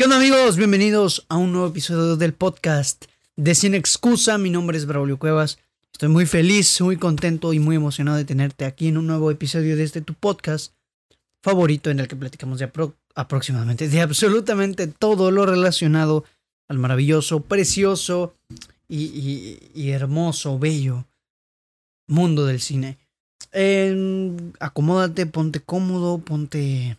¿Qué onda, amigos? Bienvenidos a un nuevo episodio del podcast de Sin Excusa. Mi nombre es Braulio Cuevas. Estoy muy feliz, muy contento y muy emocionado de tenerte aquí en un nuevo episodio de tu podcast favorito, en el que platicamos de aproximadamente de absolutamente todo lo relacionado al maravilloso, precioso y hermoso, bello mundo del cine. Acomódate, ponte cómodo, ponte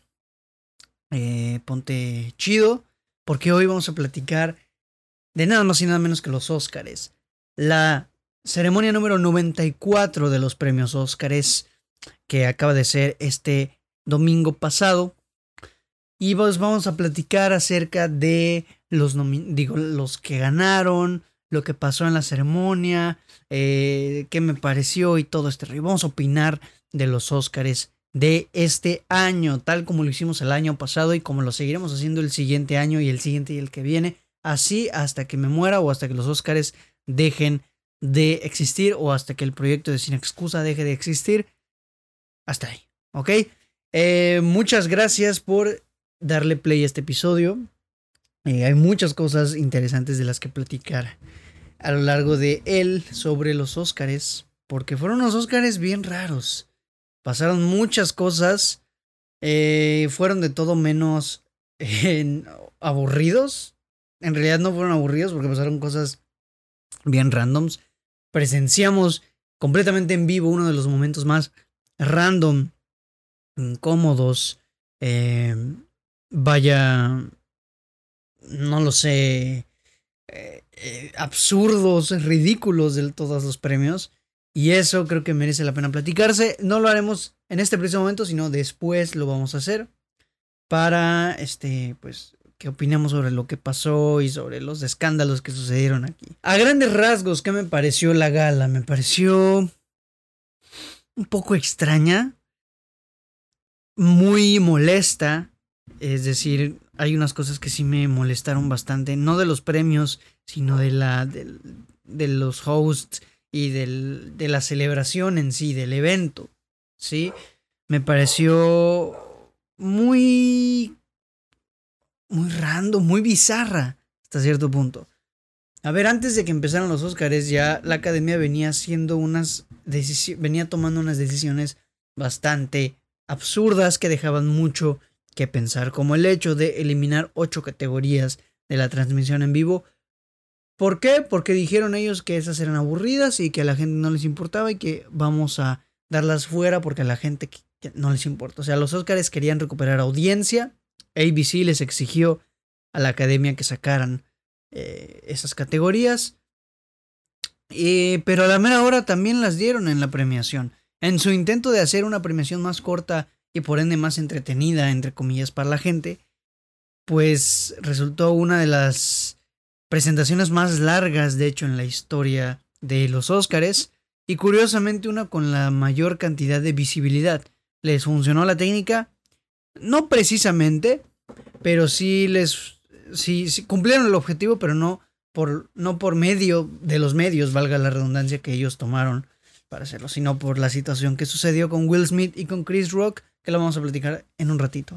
chido, porque hoy vamos a platicar de nada más y nada menos que los Óscares. La ceremonia número 94 de los premios Óscares, que acaba de ser este domingo pasado. Y pues vamos a platicar acerca de los que ganaron, lo que pasó en la ceremonia, qué me pareció y todo este rollo. Vamos a opinar de los Óscares de este año, tal como lo hicimos el año pasado y como lo seguiremos haciendo el siguiente año y el siguiente y el que viene, así hasta que me muera o hasta que los Óscares dejen de existir o hasta que el proyecto de Sin Excusa deje de existir. Hasta ahí, ¿ok? Muchas gracias por darle play a este episodio. Hay muchas cosas interesantes de las que platicar a lo largo de él sobre los Óscares, porque fueron unos Óscares bien raros. Pasaron muchas cosas, fueron de todo menos aburridos. En realidad no fueron aburridos porque pasaron cosas bien randoms. Presenciamos completamente en vivo uno de los momentos más random, incómodos, vaya, no lo sé, absurdos, ridículos de todos los premios. Y eso creo que merece la pena platicarse. No lo haremos en este preciso momento, sino después lo vamos a hacer para, pues, que opinemos sobre lo que pasó y sobre los escándalos que sucedieron aquí. A grandes rasgos, ¿qué me pareció la gala? Me pareció un poco extraña, muy molesta. Es decir, hay unas cosas que sí me molestaron bastante, no de los premios, sino de los hosts y de la celebración en sí, del evento, ¿sí? Me pareció muy random, muy bizarra hasta cierto punto. A ver, antes de que empezaran los Óscares, ya la academia venía tomando unas decisiones bastante absurdas que dejaban mucho que pensar, como el hecho de eliminar 8 categorías de la transmisión en vivo. ¿Por qué? Porque dijeron ellos que esas eran aburridas y que a la gente no les importaba y que vamos a darlas fuera porque a la gente que no les importa. O sea, los Óscares querían recuperar audiencia. ABC les exigió a la academia que sacaran esas categorías. Pero a la mera hora también las dieron en la premiación. En su intento de hacer una premiación más corta y por ende más entretenida, entre comillas, para la gente, pues resultó una de las presentaciones más largas, de hecho, en la historia de los Óscares, y curiosamente una con la mayor cantidad de visibilidad. ¿Les funcionó la técnica? No precisamente, pero sí cumplieron el objetivo, pero no por medio de los medios, valga la redundancia, que ellos tomaron para hacerlo, sino por la situación que sucedió con Will Smith y con Chris Rock, que la vamos a platicar en un ratito.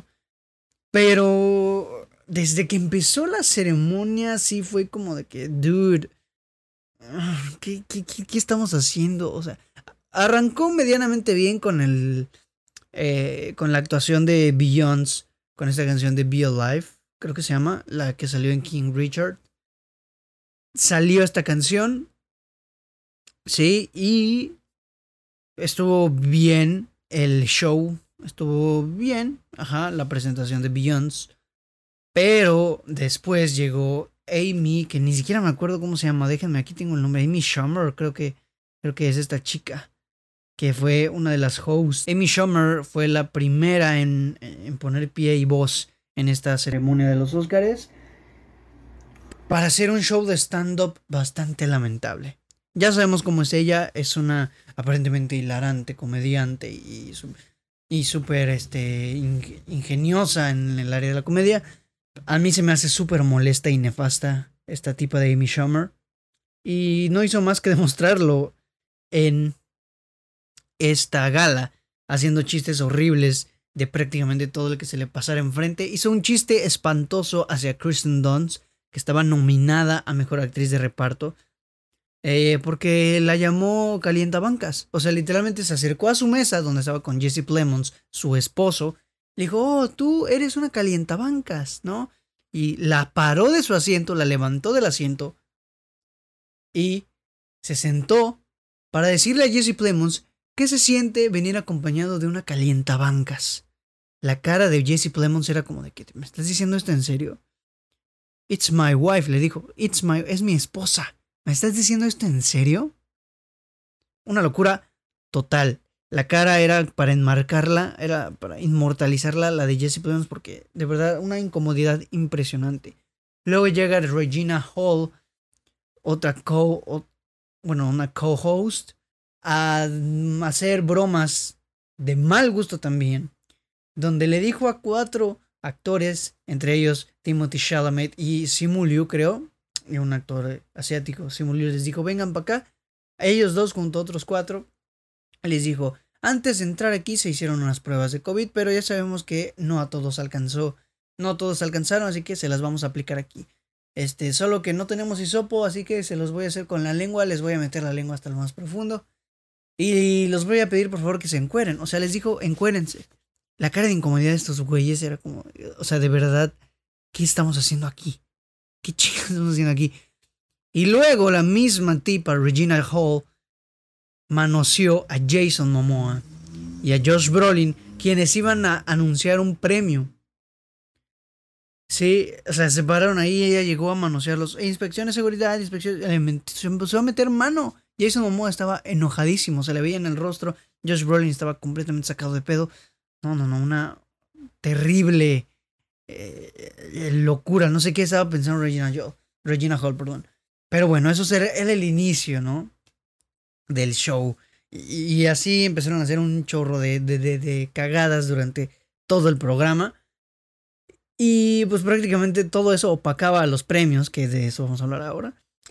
Pero desde que empezó la ceremonia sí fue como de que, dude, ¿qué estamos haciendo? O sea, arrancó medianamente bien con con la actuación de Beyoncé, con esta canción de Be Alive, creo que se llama, la que salió en King Richard. Salió esta canción, sí, y estuvo bien el show, estuvo bien, la presentación de Beyoncé. Pero después llegó Amy, que ni siquiera me acuerdo cómo se llama, déjenme, aquí tengo el nombre, Amy Schumer, creo que es esta chica, que fue una de las hosts. Amy Schumer fue la primera en poner pie y voz en esta ceremonia de los Óscares para hacer un show de stand-up bastante lamentable. Ya sabemos cómo es ella, es una aparentemente hilarante comediante y súper ingeniosa en el área de la comedia. A mí se me hace súper molesta y nefasta esta tipa de Amy Schumer. Y no hizo más que demostrarlo en esta gala, haciendo chistes horribles de prácticamente todo el que se le pasara enfrente. Hizo un chiste espantoso hacia Kristen Dunst, que estaba nominada a Mejor Actriz de Reparto, porque la llamó calientabancas. O sea, literalmente se acercó a su mesa donde estaba con Jesse Plemons, su esposo. Le dijo, oh, tú eres una calientabancas, ¿no? Y la paró de su asiento, la levantó del asiento y se sentó para decirle a Jesse Plemons qué se siente venir acompañado de una calientabancas. La cara de Jesse Plemons era como de que, ¿me estás diciendo esto en serio? It's my wife, le dijo. Es mi esposa. ¿Me estás diciendo esto en serio? Una locura total. La cara era para enmarcarla, era para inmortalizarla, la de Jesse Plemons, porque de verdad una incomodidad impresionante. Luego llega Regina Hall, una co-host, a hacer bromas de mal gusto también, donde le dijo a 4 actores, entre ellos Timothée Chalamet y Simu Liu, creo, y un actor asiático. Simu Liu les dijo, vengan para acá. A ellos 2 junto a otros 4 les dijo, antes de entrar aquí se hicieron unas pruebas de COVID, pero ya sabemos que no todos alcanzaron, así que se las vamos a aplicar aquí. Solo que no tenemos hisopo, así que se los voy a hacer con la lengua, les voy a meter la lengua hasta lo más profundo. Y los voy a pedir por favor que se encueren. O sea, les dijo, encuérense. La cara de incomodidad de estos güeyes era como, o sea, de verdad, ¿qué estamos haciendo aquí? ¿Qué chicas estamos haciendo aquí? Y luego la misma tipa, Regina Hall, manoseó a Jason Momoa y a Josh Brolin, quienes iban a anunciar un premio. Sí, o sea, se pararon ahí, ella llegó a manosearlos. Inspección de seguridad, se empezó a meter mano. Jason Momoa estaba enojadísimo, se le veía en el rostro. Josh Brolin estaba completamente sacado de pedo. No, una terrible locura. No sé qué estaba pensando Regina Hall, perdón. Pero bueno, eso era el inicio, ¿no? Del show. Y así empezaron a hacer un chorro de cagadas durante todo el programa. Y pues prácticamente todo eso opacaba a los premios, que de eso vamos a hablar ahora.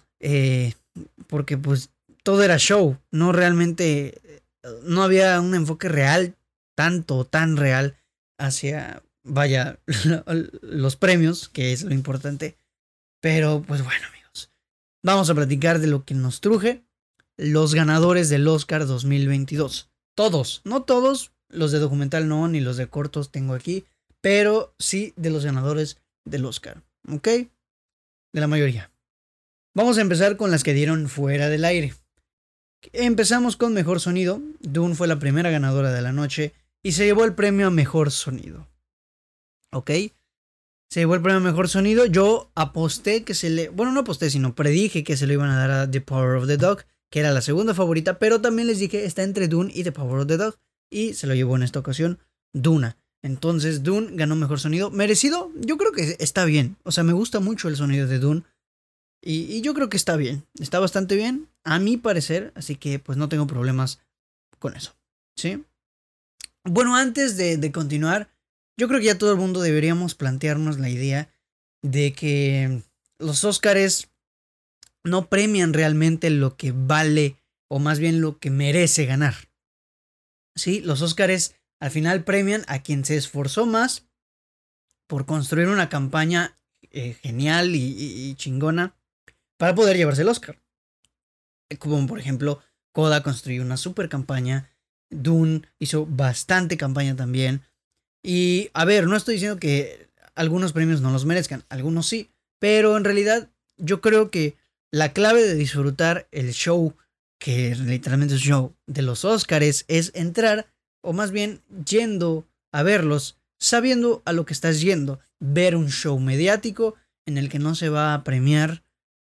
Porque pues todo era show, no realmente, no había un enfoque real, tan real hacia, vaya, los premios, que es lo importante. Pero pues bueno, amigos, vamos a platicar de lo que nos truje, los ganadores del Oscar 2022. Todos, no todos, los de documental no, ni los de cortos tengo aquí, pero sí de los ganadores del Oscar, ¿ok? De la mayoría. Vamos a empezar con las que dieron fuera del aire. Empezamos con Mejor Sonido. Dune fue la primera ganadora de la noche y se llevó el premio a Mejor Sonido. ¿Ok? Se llevó el premio a Mejor Sonido. Yo aposté que no aposté, sino predije que se lo iban a dar a The Power of the Dog, que era la segunda favorita, pero también les dije, está entre Dune y The Power of the Dog, y se lo llevó en esta ocasión Duna. Entonces Dune ganó Mejor Sonido. ¿Merecido? Yo creo que está bien. O sea, me gusta mucho el sonido de Dune. Y yo creo que está bien. Está bastante bien, a mi parecer. Así que pues no tengo problemas con eso. ¿Sí? Bueno, antes de continuar, yo creo que ya todo el mundo deberíamos plantearnos la idea de que los Óscares no premian realmente lo que vale, o más bien lo que merece ganar. ¿Sí? Los Óscares al final premian a quien se esforzó más por construir una campaña genial y chingona para poder llevarse el Oscar. Como por ejemplo, Coda construyó una super campaña, Dune hizo bastante campaña también. Y a ver, no estoy diciendo que algunos premios no los merezcan, algunos sí, pero en realidad yo creo que la clave de disfrutar el show, que literalmente es un show de los Óscares, es entrar, o más bien yendo a verlos, sabiendo a lo que estás yendo. Ver un show mediático en el que no se va a premiar,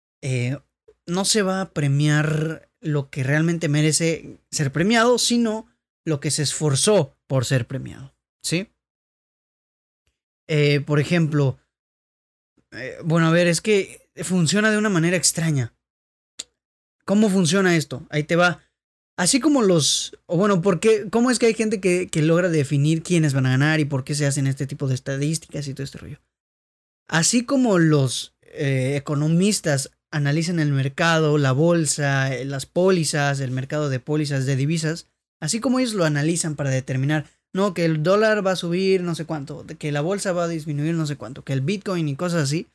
lo que realmente merece ser premiado, sino lo que se esforzó por ser premiado, ¿sí? Por ejemplo, bueno, a ver, es que funciona de una manera extraña. ¿Cómo funciona esto? Ahí te va. Así como ¿cómo es que hay gente que logra definir quiénes van a ganar y por qué se hacen este tipo de estadísticas y todo este rollo? Así como los economistas analizan el mercado, la bolsa, las pólizas, el mercado de pólizas de divisas, así como ellos lo analizan para determinar, no, que el dólar va a subir no sé cuánto, que la bolsa va a disminuir no sé cuánto, que el Bitcoin y cosas así.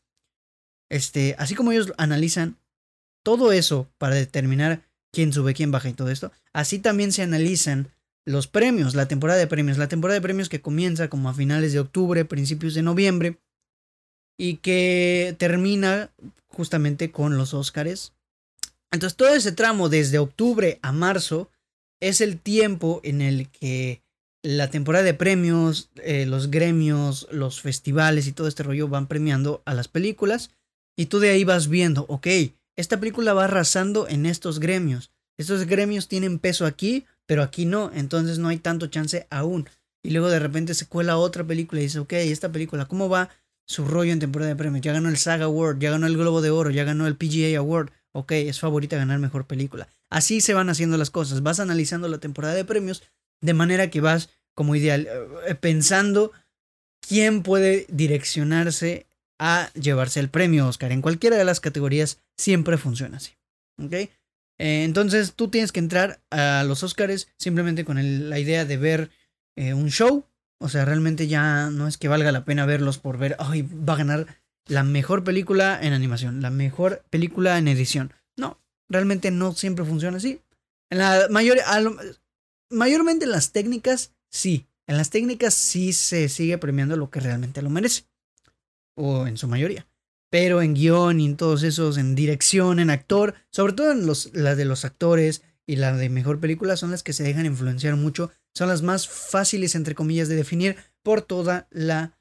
Así como ellos analizan todo eso para determinar quién sube, quién baja y todo esto, así también se analizan los premios, la temporada de premios. La temporada de premios que comienza como a finales de octubre, principios de noviembre y que termina justamente con los Óscares. Entonces todo ese tramo desde octubre a marzo es el tiempo en el que la temporada de premios, los gremios, los festivales y todo este rollo van premiando a las películas y tú de ahí vas viendo, ok, esta película va arrasando en estos gremios. Estos gremios tienen peso aquí, pero aquí no, entonces no hay tanto chance aún. Y luego de repente se cuela otra película y dice, ok, esta película, ¿cómo va su rollo en temporada de premios? Ya ganó el SAG Award, ya ganó el Globo de Oro, ya ganó el PGA Award. Ok, es favorita a ganar mejor película. Así se van haciendo las cosas. Vas analizando la temporada de premios de manera que vas como ideal pensando quién puede direccionarse a llevarse el premio Oscar. En cualquiera de las categorías siempre funciona así. ¿Ok? Entonces tú tienes que entrar a los Oscars simplemente con la idea de ver un show. O sea, realmente ya no es que valga la pena verlos por ver, ay, va a ganar la mejor película en animación, la mejor película en edición. No, realmente no siempre funciona así. En la mayormente en las técnicas, sí. En las técnicas sí se sigue premiando lo que realmente lo merece. O en su mayoría. Pero en guión y en todos esos, en dirección, en actor, sobre todo en las de los actores y la de mejor película son las que se dejan influenciar mucho. Son las más fáciles, entre comillas, de definir por toda la...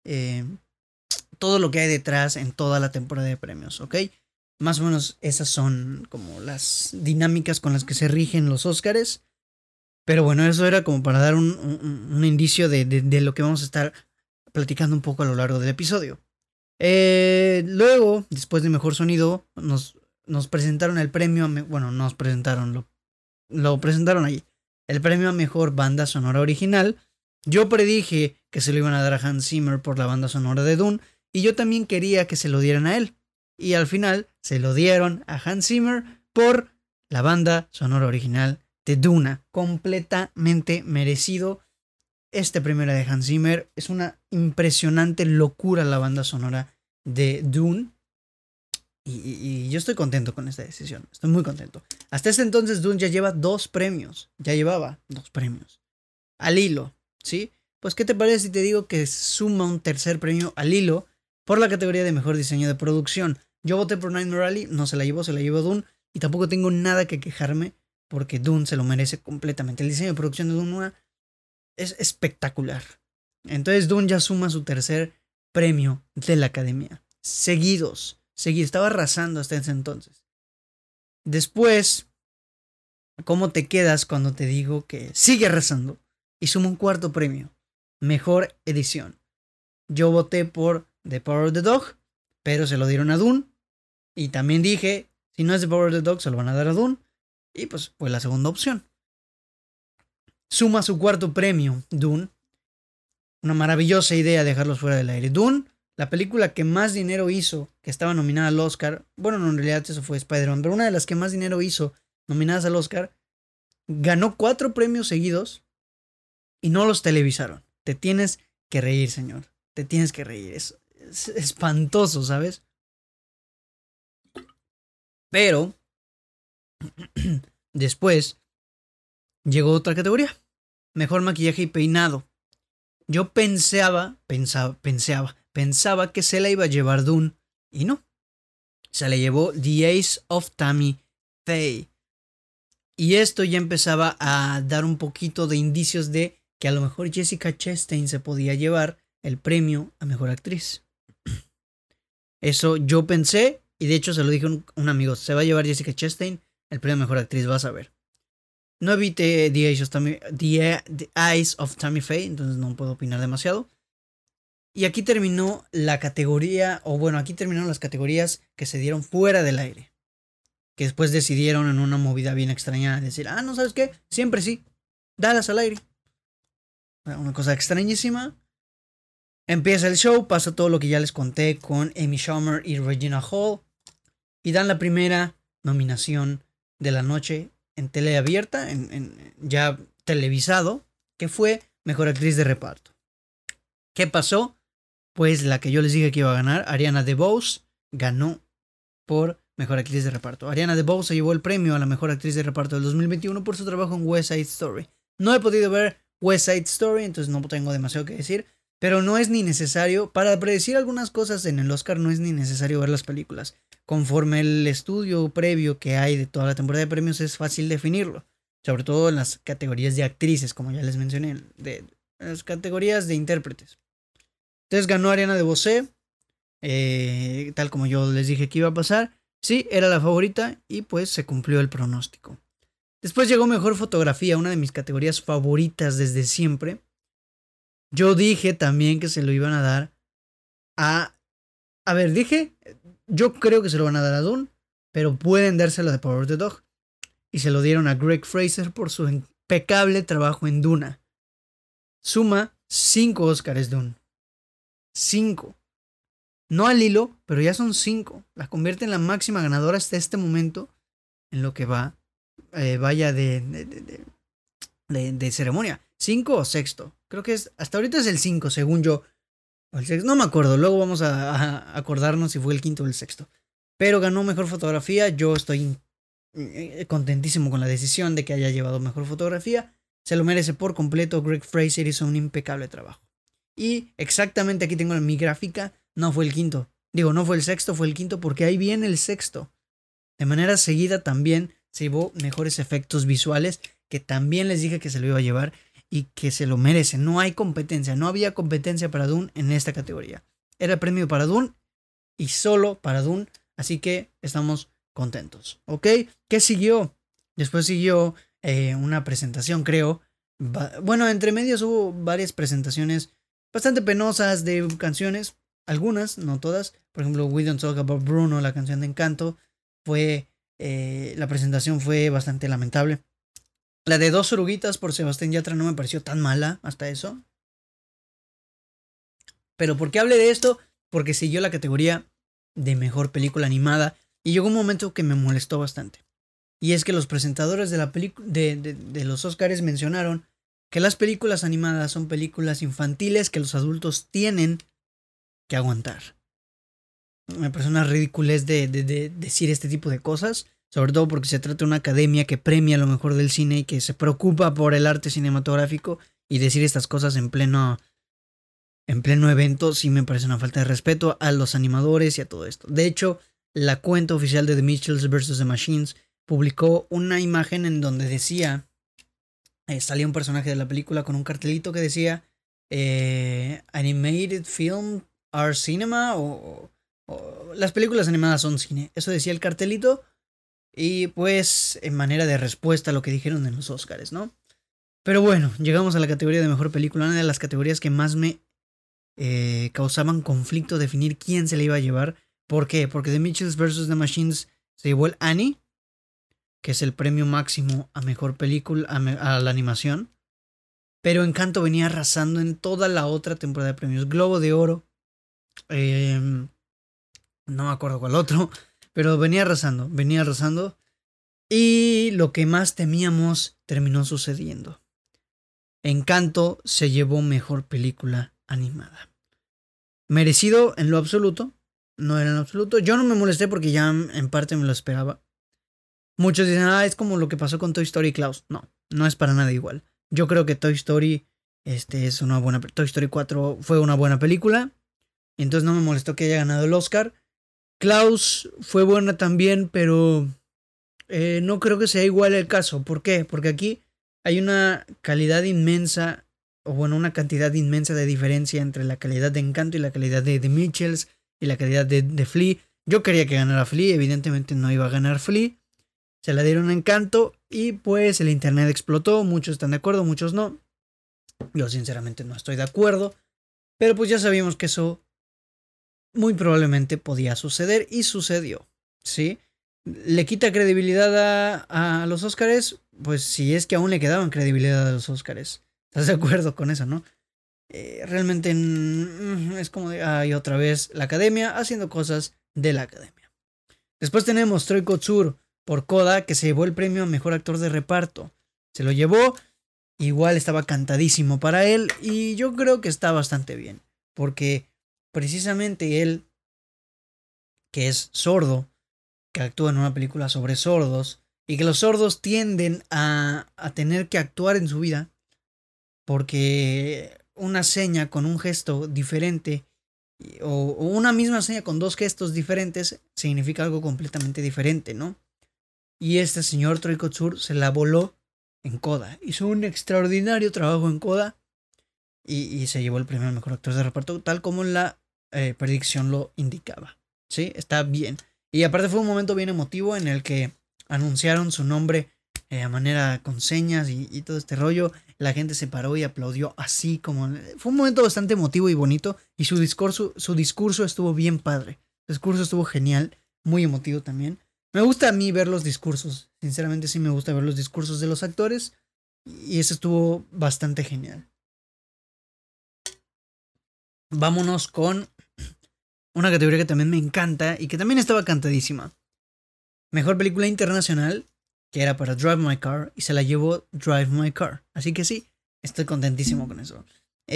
todo lo que hay detrás en toda la temporada de premios, ¿ok? Más o menos esas son como las dinámicas con las que se rigen los Óscares. Pero bueno, eso era como para dar un indicio de lo que vamos a estar platicando un poco a lo largo del episodio. Luego, después de Mejor Sonido, nos presentaron el premio. Bueno, nos presentaron, lo presentaron ahí. El premio a Mejor Banda Sonora Original. Yo predije que se lo iban a dar a Hans Zimmer por la banda sonora de Dune. Y yo también quería que se lo dieran a él. Y al final se lo dieron a Hans Zimmer por la banda sonora original de Duna. Completamente merecido. Este premio de Hans Zimmer. Es una impresionante locura la banda sonora de Dune. Y yo estoy contento con esta decisión. Estoy muy contento. Hasta este entonces Dune ya lleva 2 premios. Ya llevaba 2 premios. Al hilo, ¿sí? Pues ¿qué te parece si te digo que suma un tercer premio al hilo por la categoría de mejor diseño de producción? Yo voté por Nightmare Rally, no se la llevó Dune. Y tampoco tengo nada que quejarme porque Dune se lo merece completamente. El diseño de producción de Dune es espectacular. Entonces Dune ya suma su tercer premio de la academia. Seguidos. Estaba arrasando hasta ese entonces. Después, ¿cómo te quedas cuando te digo que sigue arrasando? Y suma un cuarto premio. Mejor edición. Yo voté por The Power of the Dog, pero se lo dieron a Dune. Y también dije, si no es The Power of the Dog, se lo van a dar a Dune. Y pues fue la segunda opción. Suma su cuarto premio, Dune. Una maravillosa idea dejarlos fuera del aire. Dune, la película que más dinero hizo, que estaba nominada al Oscar. Bueno, no, en realidad eso fue Spider-Man, pero una de las que más dinero hizo nominadas al Oscar. Ganó 4 premios seguidos y no los televisaron. Te tienes que reír, señor. Te tienes que reír. Es espantoso, ¿sabes? Pero después llegó otra categoría. Mejor maquillaje y peinado. Yo pensaba que se la iba a llevar Dune y no. Se la llevó The Ace of Tammy Faye. Y esto ya empezaba a dar un poquito de indicios de que a lo mejor Jessica Chastain se podía llevar el premio a mejor actriz. Eso yo pensé, y de hecho se lo dije a un amigo, se va a llevar Jessica Chastain el premio a mejor actriz, vas a ver. No evité The Eyes of Tammy Faye, entonces no puedo opinar demasiado. Y aquí terminó la categoría, o bueno, aquí terminaron las categorías que se dieron fuera del aire. Que después decidieron en una movida bien extraña decir, no, ¿sabes qué? Siempre sí, dalas al aire. Una cosa extrañísima. Empieza el show, pasa todo lo que ya les conté con Amy Schumer y Regina Hall. Y dan la primera nominación de la noche en tele abierta, ya televisado, que fue mejor actriz de reparto. ¿Qué pasó? Pues la que yo les dije que iba a ganar, Ariana DeBose, ganó por mejor actriz de reparto. Ariana DeBose se llevó el premio a la mejor actriz de reparto del 2021 por su trabajo en West Side Story. No he podido ver West Side Story, entonces no tengo demasiado que decir, pero no es ni necesario, para predecir algunas cosas en el Oscar no es ni necesario ver las películas. Conforme el estudio previo que hay de toda la temporada de premios es fácil definirlo, sobre todo en las categorías de actrices, como ya les mencioné, de las categorías de intérpretes. Entonces ganó Ariana DeBose, tal como yo les dije que iba a pasar. Sí, era la favorita y pues se cumplió el pronóstico. Después llegó mejor fotografía, una de mis categorías favoritas desde siempre. Yo dije también que se lo iban a dar a... A ver, dije, yo creo que se lo van a dar a Dune, pero pueden dárselo de Power of the Dog. Y se lo dieron a Greg Fraser por su impecable trabajo en Duna. Suma 5 Oscars Dune. 5. No al hilo, pero ya son 5. La convierte en la máxima ganadora hasta este momento en lo que va, vaya de ceremonia. 5 o sexto. Creo que es, hasta ahorita es el 5, según yo. O el sexto, no me acuerdo, luego vamos a acordarnos si fue el quinto o el sexto. Pero ganó mejor fotografía, yo estoy contentísimo con la decisión de que haya llevado mejor fotografía. Se lo merece por completo, Greg Fraser hizo un impecable trabajo. Y exactamente aquí tengo mi gráfica, no fue el quinto. Digo, no fue el sexto, fue el quinto porque ahí viene el sexto. De manera seguida también se llevó mejores efectos visuales, que también les dije que se lo iba a llevar y que se lo merece. No hay competencia, no había competencia para Dune en esta categoría. Era premio para Dune y solo para Dune, así que estamos contentos. ¿Ok? ¿Qué siguió? Después siguió una presentación, creo. Bueno, entre medios hubo varias presentaciones bastante penosas de canciones. Algunas, no todas. Por ejemplo, We Don't Talk About Bruno, la canción de Encanto. La presentación fue bastante lamentable. La de Dos Oruguitas por Sebastián Yatra no me pareció tan mala hasta eso. Pero ¿por qué hablé de esto? Porque siguió la categoría de mejor película animada y llegó un momento que me molestó bastante. Y es que los presentadores de, de los Oscars mencionaron que las películas animadas son películas infantiles que los adultos tienen que aguantar. Me parece una ridiculez de decir este tipo de cosas, sobre todo porque se trata de una academia que premia lo mejor del cine y que se preocupa por el arte cinematográfico, y decir estas cosas en pleno evento sí me parece una falta de respeto a los animadores y a todo esto. De hecho, la cuenta oficial de The Mitchells vs. The Machines publicó una imagen en donde decía, salía un personaje de la película con un cartelito que decía Animated Film Are Cinema, o las películas animadas son cine. Eso decía el cartelito. Y pues en manera de respuesta a lo que dijeron en los Oscars, ¿no? Pero bueno, llegamos a la categoría de mejor película, una de las categorías que más me causaban conflicto definir quién se le iba a llevar. ¿Por qué? Porque The Mitchells vs. The Machines se llevó el Annie, que es el premio máximo a mejor película, a la animación. Pero Encanto venía arrasando en toda la otra temporada de premios. Globo de Oro, no me acuerdo cuál otro, pero venía arrasando. Y lo que más temíamos terminó sucediendo. Encanto se llevó mejor película animada. Merecido en lo absoluto. No era en lo absoluto. Yo no me molesté porque ya en parte me lo esperaba. Muchos dicen, es como lo que pasó con Toy Story y Klaus. No, no es para nada igual. Yo creo que Toy Story es una buena... Toy Story 4 fue una buena película. Entonces no me molestó que haya ganado el Oscar. Klaus fue buena también, pero no creo que sea igual el caso. ¿Por qué? Porque aquí hay una calidad inmensa, o bueno, una cantidad inmensa de diferencia entre la calidad de Encanto y la calidad de The Mitchells y la calidad de Flea. Yo quería que ganara Flea, evidentemente no iba a ganar Flea. Se la dieron a Encanto y pues el internet explotó. Muchos están de acuerdo, muchos no. Yo sinceramente no estoy de acuerdo. Pero pues ya sabíamos que eso muy probablemente podía suceder y sucedió, ¿sí? ¿Le quita credibilidad a los Oscars? Pues si es que aún le quedaban credibilidad a los Oscars. ¿Estás de acuerdo con eso, no? Realmente es como de, otra vez la academia haciendo cosas de la academia. Después tenemos Troy Kotsur por Coda, que se llevó el premio a mejor actor de reparto. Se lo llevó igual estaba cantadísimo para él y yo creo que está bastante bien, porque precisamente él, que es sordo, que actúa en una película sobre sordos, y que los sordos tienden a tener que actuar en su vida, porque una seña con un gesto diferente o una misma seña con dos gestos diferentes significa algo completamente diferente, ¿no? Y este señor Troy Kotsur se la voló en Coda. Hizo un extraordinario trabajo en Coda y se llevó el premio al mejor actor de reparto, tal como la predicción lo indicaba. ¿Sí? Está bien. Y aparte fue un momento bien emotivo en el que anunciaron su nombre a manera con señas y todo este rollo. La gente se paró y aplaudió así como... Fue un momento bastante emotivo y bonito y su discurso estuvo bien padre. Su discurso estuvo genial, muy emotivo también. Me gusta a mí ver los discursos. Sinceramente sí me gusta ver los discursos de los actores y eso estuvo bastante genial. Vámonos con una categoría que también me encanta y que también estaba cantadísima. Mejor película internacional, que era para Drive My Car, y se la llevó Drive My Car. Así que sí, estoy contentísimo con eso.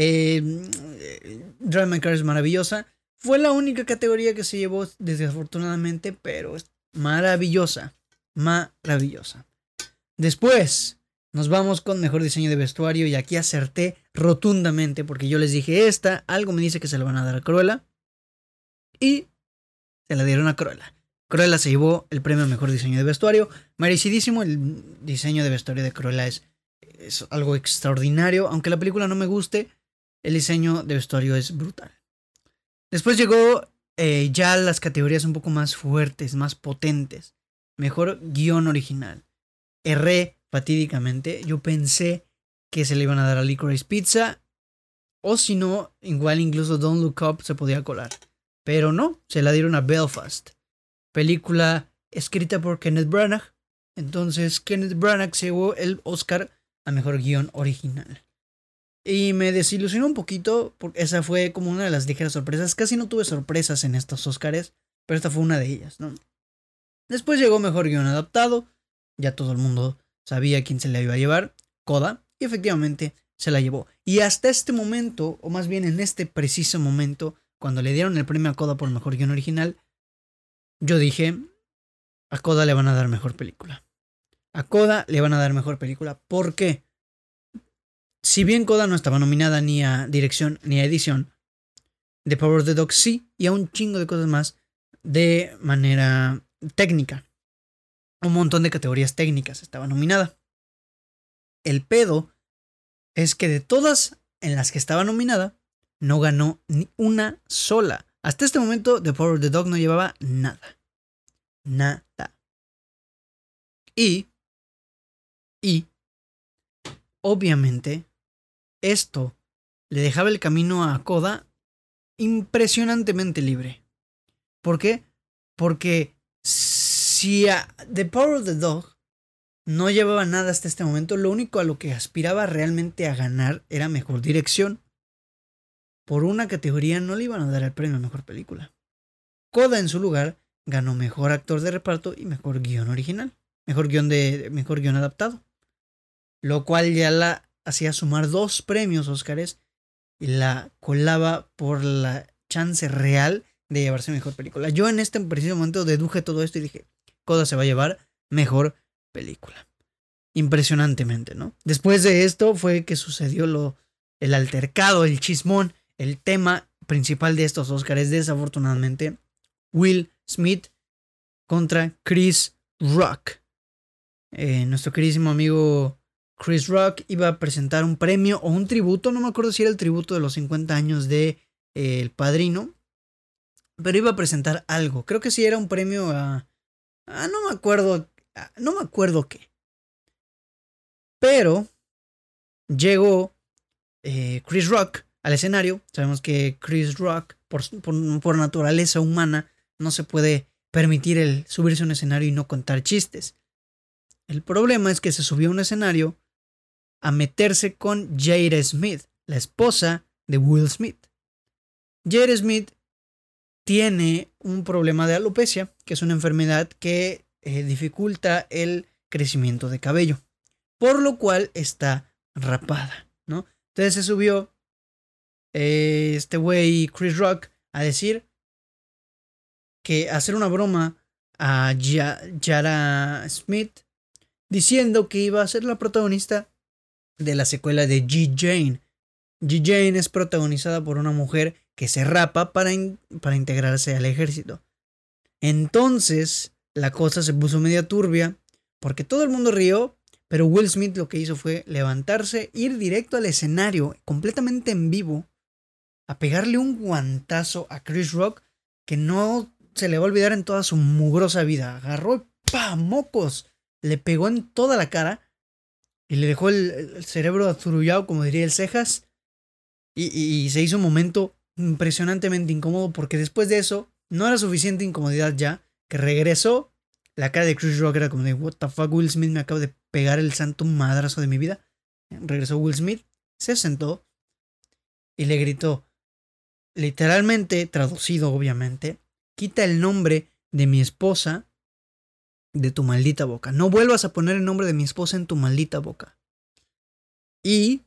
Drive My Car es maravillosa. Fue la única categoría que se llevó desafortunadamente, pero es maravillosa. Maravillosa. Después nos vamos con mejor diseño de vestuario y aquí acerté rotundamente porque yo les dije algo me dice que se la van a dar a Cruella y se la dieron a Cruella. Cruella se llevó el premio a mejor diseño de vestuario. Merecidísimo, el diseño de vestuario de Cruella es algo extraordinario. Aunque la película no me guste, el diseño de vestuario es brutal. Después llegó ya las categorías un poco más fuertes, más potentes. Mejor guión original. Erré fatídicamente. Yo pensé que se le iban a dar a Licorice Pizza. O si no, igual incluso Don't Look Up se podía colar. Pero no, se la dieron a Belfast. Película escrita por Kenneth Branagh. Entonces Kenneth Branagh se llevó el Oscar a mejor guión original. Y me desilusionó un poquito porque esa fue como una de las ligeras sorpresas. Casi no tuve sorpresas en estos Oscars, pero esta fue una de ellas, ¿no? Después llegó mejor guión adaptado. Ya todo el mundo sabía quién se la iba a llevar. Coda. Y efectivamente se la llevó. Y hasta este momento, o más bien en este preciso momento, cuando le dieron el premio a Coda por mejor guión original, yo dije, a Coda le van a dar mejor película. A Coda le van a dar mejor película. ¿Por qué? Si bien Coda no estaba nominada ni a dirección ni a edición, The Power of the Dog sí, y a un chingo de cosas más de manera técnica. Un montón de categorías técnicas estaba nominada. El pedo es que de todas en las que estaba nominada, no ganó ni una sola. Hasta este momento, The Power of the Dog no llevaba nada. Nada. Y obviamente, esto le dejaba el camino a Coda impresionantemente libre. ¿Por qué? Porque si a The Power of the Dog no llevaba nada hasta este momento, lo único a lo que aspiraba realmente a ganar era mejor dirección. Por una categoría no le iban a dar el premio a mejor película. Coda en su lugar ganó mejor actor de reparto y mejor guión original. Mejor guión adaptado. Lo cual ya la hacía sumar 2 premios Óscares y la colaba por la chance real de llevarse mejor película. Yo en este preciso momento deduje todo esto y dije, Coda se va a llevar mejor película. Impresionantemente, ¿no? Después de esto fue que sucedió el altercado, el chismón, el tema principal de estos Óscares, desafortunadamente, Will Smith contra Chris Rock. Nuestro queridísimo amigo Chris Rock iba a presentar un premio o un tributo, no me acuerdo si era el tributo de los 50 años de El Padrino, pero iba a presentar algo, creo que sí era un premio no me acuerdo qué, pero llegó Chris Rock al escenario. Sabemos que Chris Rock por naturaleza humana no se puede permitir el subirse a un escenario y no contar chistes. El problema es que se subió a un escenario a meterse con Jada Smith, la esposa de Will Smith. Jada Smith tiene un problema de alopecia, que es una enfermedad que dificulta el crecimiento de cabello, por lo cual está rapada, ¿no? Entonces se subió este güey Chris Rock a decir que hacer una broma a Jada Smith diciendo que iba a ser la protagonista de la secuela de G. Jane. G. Jane es protagonizada por una mujer que se rapa para integrarse al ejército. Entonces la cosa se puso media turbia porque todo el mundo rió, pero Will Smith lo que hizo fue levantarse, ir directo al escenario, completamente en vivo, a pegarle un guantazo a Chris Rock que no se le va a olvidar en toda su mugrosa vida. Agarró y ¡pah! Mocos. Le pegó en toda la cara y le dejó el cerebro azurullado, como diría el Cejas. Y se hizo un momento impresionantemente incómodo porque después de eso no era suficiente incomodidad ya, que regresó. La cara de Chris Rock era como de what the fuck, Will Smith me acaba de pegar el santo madrazo de mi vida. Regresó Will Smith, se sentó y le gritó, literalmente, traducido obviamente, quita el nombre de mi esposa de tu maldita boca. No vuelvas a poner el nombre de mi esposa en tu maldita boca. Y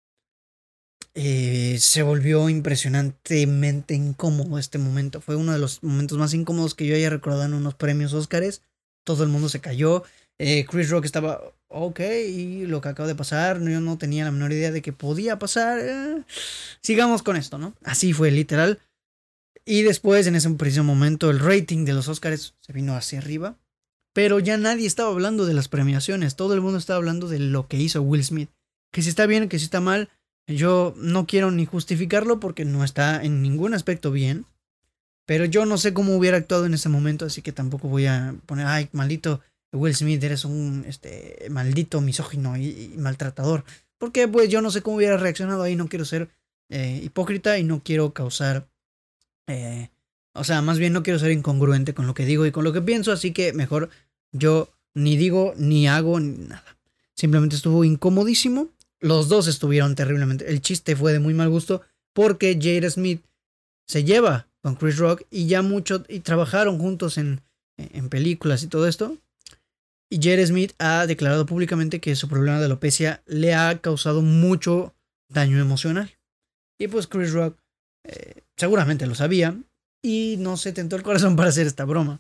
se volvió impresionantemente incómodo este momento. Fue uno de los momentos más incómodos que yo haya recordado en unos premios Óscares. Todo el mundo se cayó. Chris Rock estaba ok, y lo que acaba de pasar, yo no tenía la menor idea de que podía pasar. Sigamos con esto, ¿no? Así fue, literal. Y después, en ese preciso momento, el rating de los Óscares se vino hacia arriba. Pero ya nadie estaba hablando de las premiaciones. Todo el mundo estaba hablando de lo que hizo Will Smith. Que si está bien, que si está mal. Yo no quiero ni justificarlo porque no está en ningún aspecto bien. Pero yo no sé cómo hubiera actuado en ese momento. Así que tampoco voy a poner, ay, maldito Will Smith, eres un maldito misógino y maltratador. Porque pues yo no sé cómo hubiera reaccionado ahí. No quiero ser hipócrita y no quiero causar... o sea, más bien no quiero ser incongruente con lo que digo y con lo que pienso. Así que mejor yo ni digo, ni hago, ni nada. Simplemente estuvo incomodísimo. Los dos estuvieron terriblemente. El chiste fue de muy mal gusto porque Jada Smith se lleva con Chris Rock y ya mucho y trabajaron juntos en películas y todo esto. Y Jada Smith ha declarado públicamente que su problema de alopecia le ha causado mucho daño emocional. Y pues Chris Rock seguramente lo sabía y no se tentó el corazón para hacer esta broma.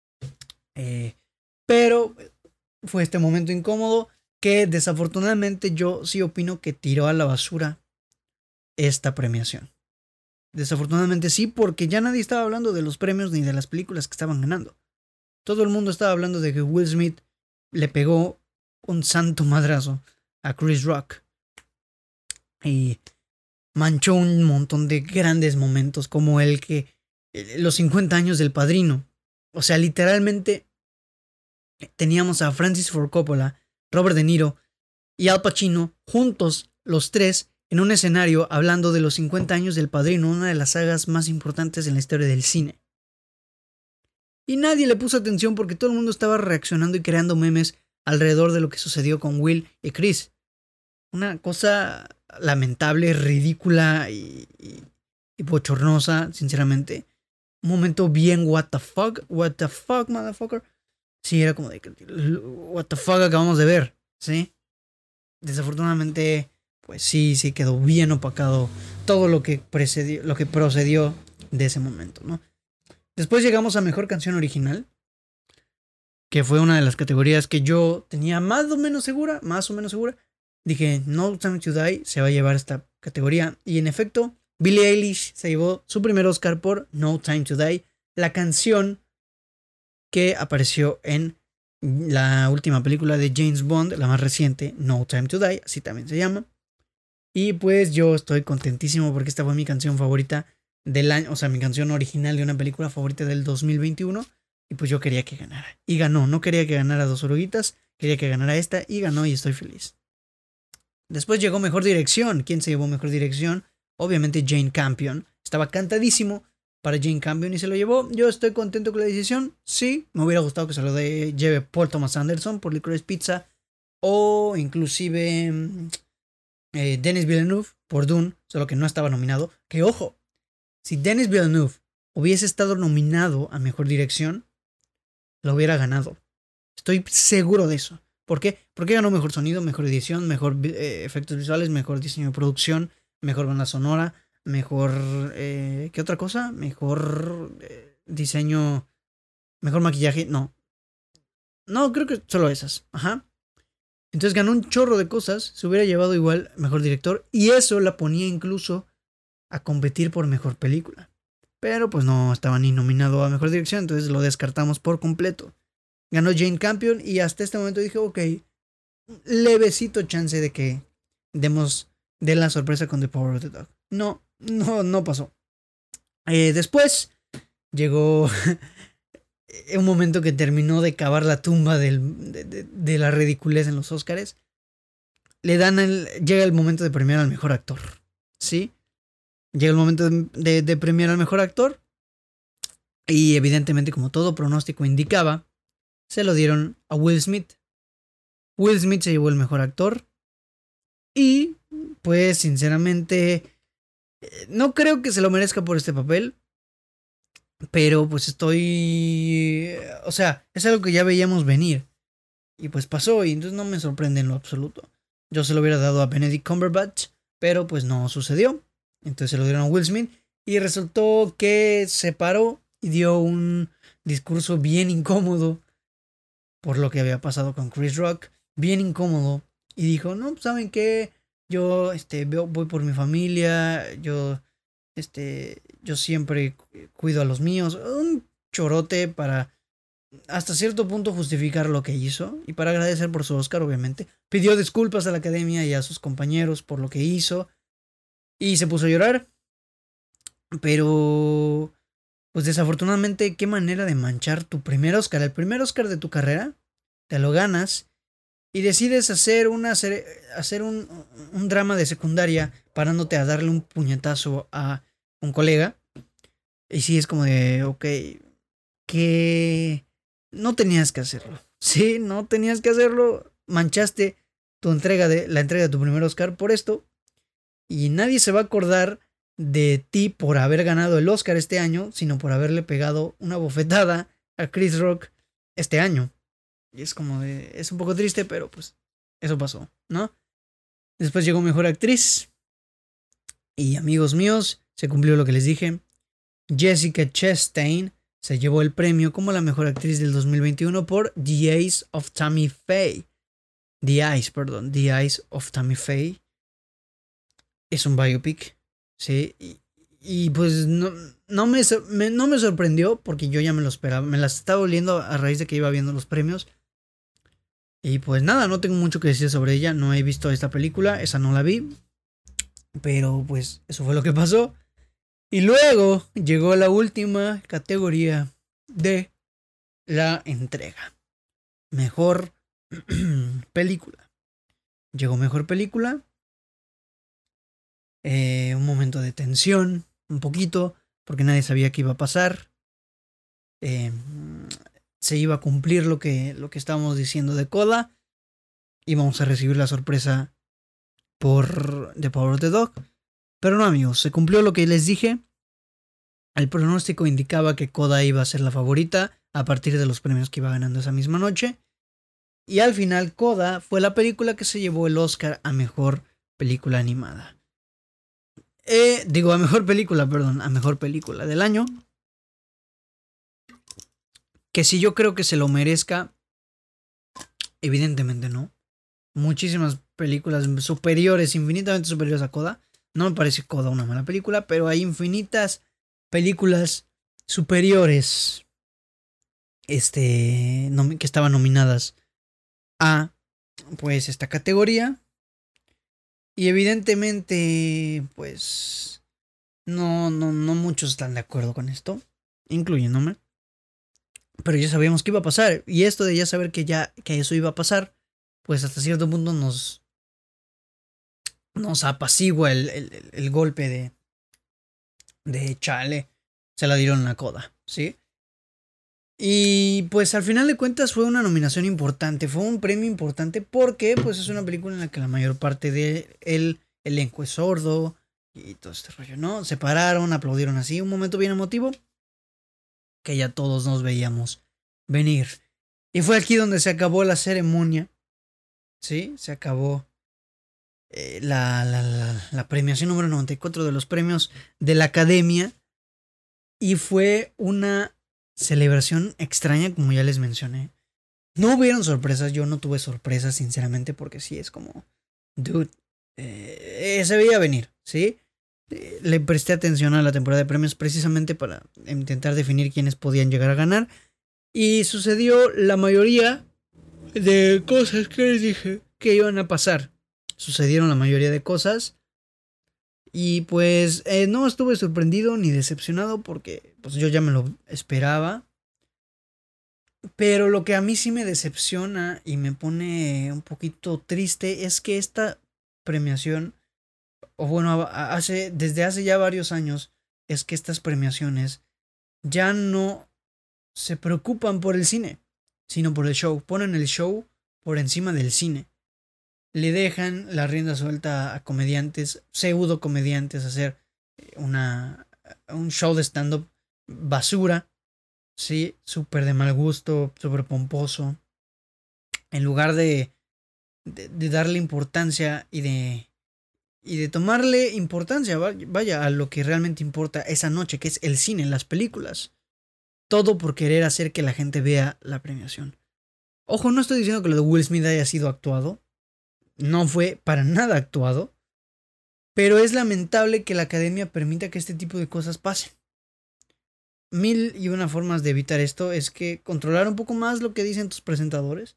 Pero fue este momento incómodo que desafortunadamente yo sí opino que tiró a la basura esta premiación. Desafortunadamente sí, porque ya nadie estaba hablando de los premios ni de las películas que estaban ganando. Todo el mundo estaba hablando de que Will Smith le pegó un santo madrazo a Chris Rock. Y manchó un montón de grandes momentos como el que los 50 años del Padrino. O sea, literalmente teníamos a Francis Ford Coppola, Robert De Niro y Al Pacino juntos, los tres, en un escenario hablando de los 50 años del Padrino, una de las sagas más importantes en la historia del cine. Y nadie le puso atención porque todo el mundo estaba reaccionando y creando memes alrededor de lo que sucedió con Will y Chris. Una cosa lamentable, ridícula y bochornosa, sinceramente. Un momento bien what the fuck, motherfucker. Sí, era como de what the fuck acabamos de ver, ¿sí? Desafortunadamente, pues sí quedó bien opacado todo lo que procedió de ese momento, ¿no? Después llegamos a Mejor Canción Original, que fue una de las categorías que yo tenía más o menos segura. Dije, No Time to Die se va a llevar esta categoría. Y en efecto, Billie Eilish se llevó su primer Oscar por No Time to Die, la canción que apareció en la última película de James Bond, la más reciente, No Time to Die, así también se llama. Y pues yo estoy contentísimo porque esta fue mi canción favorita del año, o sea, mi canción original de una película favorita del 2021. Y pues yo quería que ganara. Y ganó, no quería que ganara Dos Oruguitas, quería que ganara esta y ganó y estoy feliz. Después llegó Mejor Dirección. ¿Quién se llevó Mejor Dirección? Obviamente Jane Campion. Estaba cantadísimo para Jane Campion y se lo llevó. Yo estoy contento con la decisión. Sí, me hubiera gustado que se lo lleve Paul Thomas Anderson por Licorice Pizza. O inclusive Denis Villeneuve por Dune. Solo que no estaba nominado. Que ojo, si Denis Villeneuve hubiese estado nominado a Mejor Dirección, lo hubiera ganado. Estoy seguro de eso. ¿Por qué? Porque ganó mejor sonido, mejor edición, mejor efectos visuales, mejor diseño de producción, mejor banda sonora, mejor... ¿qué otra cosa? Mejor diseño, mejor maquillaje. No, creo que solo esas. Ajá. Entonces ganó un chorro de cosas. Se hubiera llevado igual mejor director. Y eso la ponía incluso a competir por mejor película. Pero pues no estaba ni nominado a mejor dirección. Entonces lo descartamos por completo. Ganó Jane Campion. Y hasta este momento dije, ok, levecito chance de que de la sorpresa con The Power of the Dog. No pasó. Después llegó un momento que terminó de cavar la tumba de la ridiculez en los Oscars. Llega el momento de premiar al mejor actor. ¿Sí? Llega el momento de premiar al mejor actor. Y evidentemente, como todo pronóstico indicaba, se lo dieron a Will Smith. Will Smith se llevó el mejor actor. Y, pues, sinceramente, no creo que se lo merezca por este papel. Pero, pues, o sea, es algo que ya veíamos venir. Y pues pasó, y entonces no me sorprende en lo absoluto. Yo se lo hubiera dado a Benedict Cumberbatch, pero pues no sucedió. Entonces se lo dieron a Will Smith. Y resultó que se paró y dio un discurso bien incómodo por lo que había pasado con Chris Rock. Bien incómodo. Y dijo, no, ¿saben qué? Yo voy por mi familia. Yo siempre cuido a los míos. Un chorote para hasta cierto punto justificar lo que hizo y para agradecer por su Oscar, obviamente. Pidió disculpas a la academia y a sus compañeros por lo que hizo y se puso a llorar. Pero, pues desafortunadamente, qué manera de manchar tu primer Oscar, el primer Oscar de tu carrera. Te lo ganas y decides hacer un drama de secundaria parándote a darle un puñetazo a un colega. Y sí, es como de, ok, que no tenías que hacerlo. Sí, no tenías que hacerlo. Manchaste la entrega de tu primer Oscar por esto. Y nadie se va a acordar de ti por haber ganado el Oscar este año, sino por haberle pegado una bofetada a Chris Rock este año. Y es como de, es un poco triste, pero pues eso pasó, ¿no? Después llegó Mejor Actriz. Y amigos míos, se cumplió lo que les dije. Jessica Chastain se llevó el premio como la mejor actriz del 2021 por The Eyes of Tammy Faye. The Eyes of Tammy Faye. Es un biopic, ¿sí? Y pues no me sorprendió porque yo ya me lo esperaba. Me las estaba oliendo a raíz de que iba viendo los premios. Y pues nada, no tengo mucho que decir sobre ella. No he visto esta película, esa no la vi. Pero pues eso fue lo que pasó. Y luego llegó la última categoría de la entrega. Mejor película. Llegó mejor película. Un momento de tensión, un poquito, porque nadie sabía qué iba a pasar. Se iba a cumplir lo que estábamos diciendo de Coda. Íbamos a recibir la sorpresa por The Power of the Dog. Pero no, amigos, se cumplió lo que les dije. El pronóstico indicaba que Coda iba a ser la favorita a partir de los premios que iba ganando esa misma noche. Y al final Coda fue la película que se llevó el Oscar a mejor película animada. A mejor película del año. Que si yo creo que se lo merezca, evidentemente no. Muchísimas películas superiores, infinitamente superiores a Coda. No me parece Coda una mala película, pero hay infinitas películas superiores que estaban nominadas a pues esta categoría. Y evidentemente pues no muchos están de acuerdo con esto, incluyéndome. Pero ya sabíamos que iba a pasar. Y esto de ya saber que eso iba a pasar, pues hasta cierto punto nos apacigua el golpe de chale. Se la dieron la Coda, ¿sí? Y pues al final de cuentas fue una nominación importante, fue un premio importante porque pues es una película en la que la mayor parte del elenco es sordo y todo este rollo, ¿no? Se pararon, aplaudieron así, un momento bien emotivo que ya todos nos veíamos venir. Y fue aquí donde se acabó la ceremonia ¿sí? Se acabó la premiación número 94 de los premios de la Academia. Y fue una celebración extraña, como ya les mencioné. No hubieron sorpresas, yo no tuve sorpresas, sinceramente, porque sí es como, dude, se veía venir, ¿sí? Le presté atención a la temporada de premios precisamente para intentar definir quiénes podían llegar a ganar. Y sucedió la mayoría de cosas que les dije que iban a pasar. Sucedieron la mayoría de cosas. Y pues no estuve sorprendido ni decepcionado porque pues yo ya me lo esperaba. Pero lo que a mí sí me decepciona y me pone un poquito triste es que esta premiación, o bueno, desde hace ya varios años, es que estas premiaciones ya no se preocupan por el cine, sino por el show. Ponen el show por encima del cine. Le dejan la rienda suelta a comediantes, pseudo comediantes, hacer un show de stand-up basura, sí, súper de mal gusto, súper pomposo. En lugar de darle importancia y de tomarle importancia, vaya, a lo que realmente importa esa noche, que es el cine, las películas. Todo por querer hacer que la gente vea la premiación. Ojo, no estoy diciendo que lo de Will Smith haya sido actuado. No fue para nada actuado. Pero es lamentable que la academia permita que este tipo de cosas pasen. Mil y una formas de evitar esto es que controlar un poco más lo que dicen tus presentadores.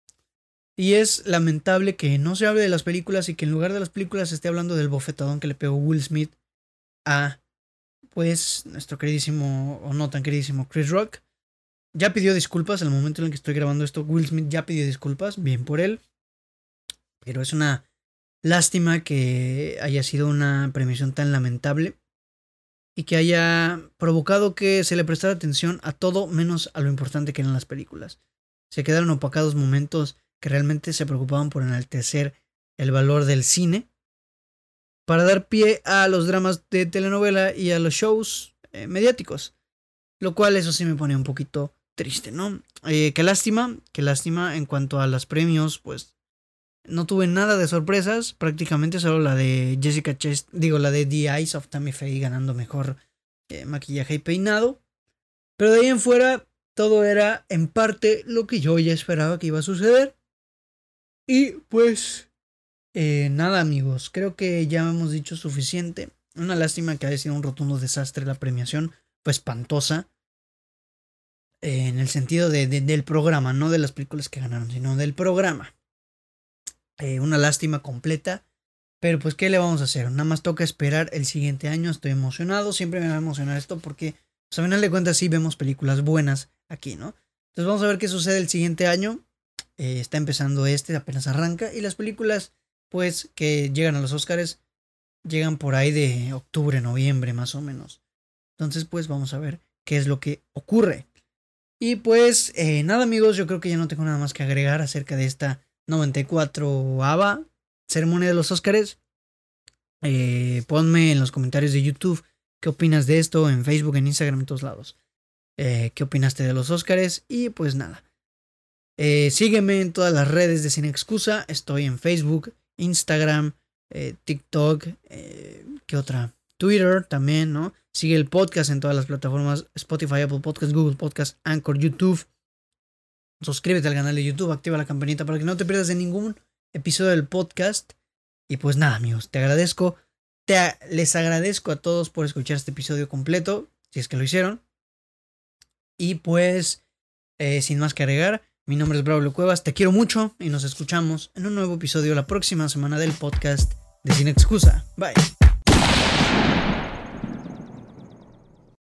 Y es lamentable que no se hable de las películas y que en lugar de las películas se esté hablando del bofetadón que le pegó Will Smith a, pues, nuestro queridísimo, o no tan queridísimo, Chris Rock. Ya pidió disculpas, al momento en el que estoy grabando esto, Will Smith ya pidió disculpas, bien por él. Pero es una lástima que haya sido una premiación tan lamentable y que haya provocado que se le prestara atención a todo menos a lo importante que eran las películas. Se quedaron opacados momentos que realmente se preocupaban por enaltecer el valor del cine para dar pie a los dramas de telenovela y a los shows mediáticos. Lo cual eso sí me pone un poquito triste, ¿no? Qué lástima en cuanto a los premios, pues no tuve nada de sorpresas, prácticamente solo la de Jessica Chastain, la de The Eyes of Tammy Faye ganando mejor maquillaje y peinado. Pero de ahí en fuera todo era en parte lo que yo ya esperaba que iba a suceder. Y pues nada amigos, creo que ya hemos dicho suficiente. Una lástima que haya sido un rotundo desastre la premiación, fue espantosa. En el sentido del programa, no de las películas que ganaron, sino del programa. Una lástima completa. Pero pues, ¿qué le vamos a hacer? Nada más toca esperar el siguiente año. Estoy emocionado. Siempre me va a emocionar esto porque, pues, a final de cuentas, sí vemos películas buenas aquí, ¿no? Entonces, vamos a ver qué sucede el siguiente año. Está empezando apenas arranca. Y las películas, pues, que llegan a los Oscars, llegan por ahí de octubre, noviembre, más o menos. Entonces, pues, vamos a ver qué es lo que ocurre. Y pues, nada, amigos, yo creo que ya no tengo nada más que agregar acerca de esta 94ª ceremonia de los Óscares. Ponme en los comentarios de YouTube qué opinas de esto, en Facebook, en Instagram, en todos lados. ¿Qué opinaste de los Óscares? Y pues nada. Sígueme en todas las redes de Sin Excusa. Estoy en Facebook, Instagram, TikTok, ¿qué otra? Twitter también, ¿no? Sigue el podcast en todas las plataformas: Spotify, Apple Podcasts, Google Podcasts, Anchor, YouTube. Suscríbete al canal de YouTube, activa la campanita para que no te pierdas de ningún episodio del podcast. Y pues nada, amigos, les agradezco a todos por escuchar este episodio completo, si es que lo hicieron. Y pues, sin más que agregar, mi nombre es Braulio Cuevas, te quiero mucho y nos escuchamos en un nuevo episodio la próxima semana del podcast de Sin Excusa. Bye.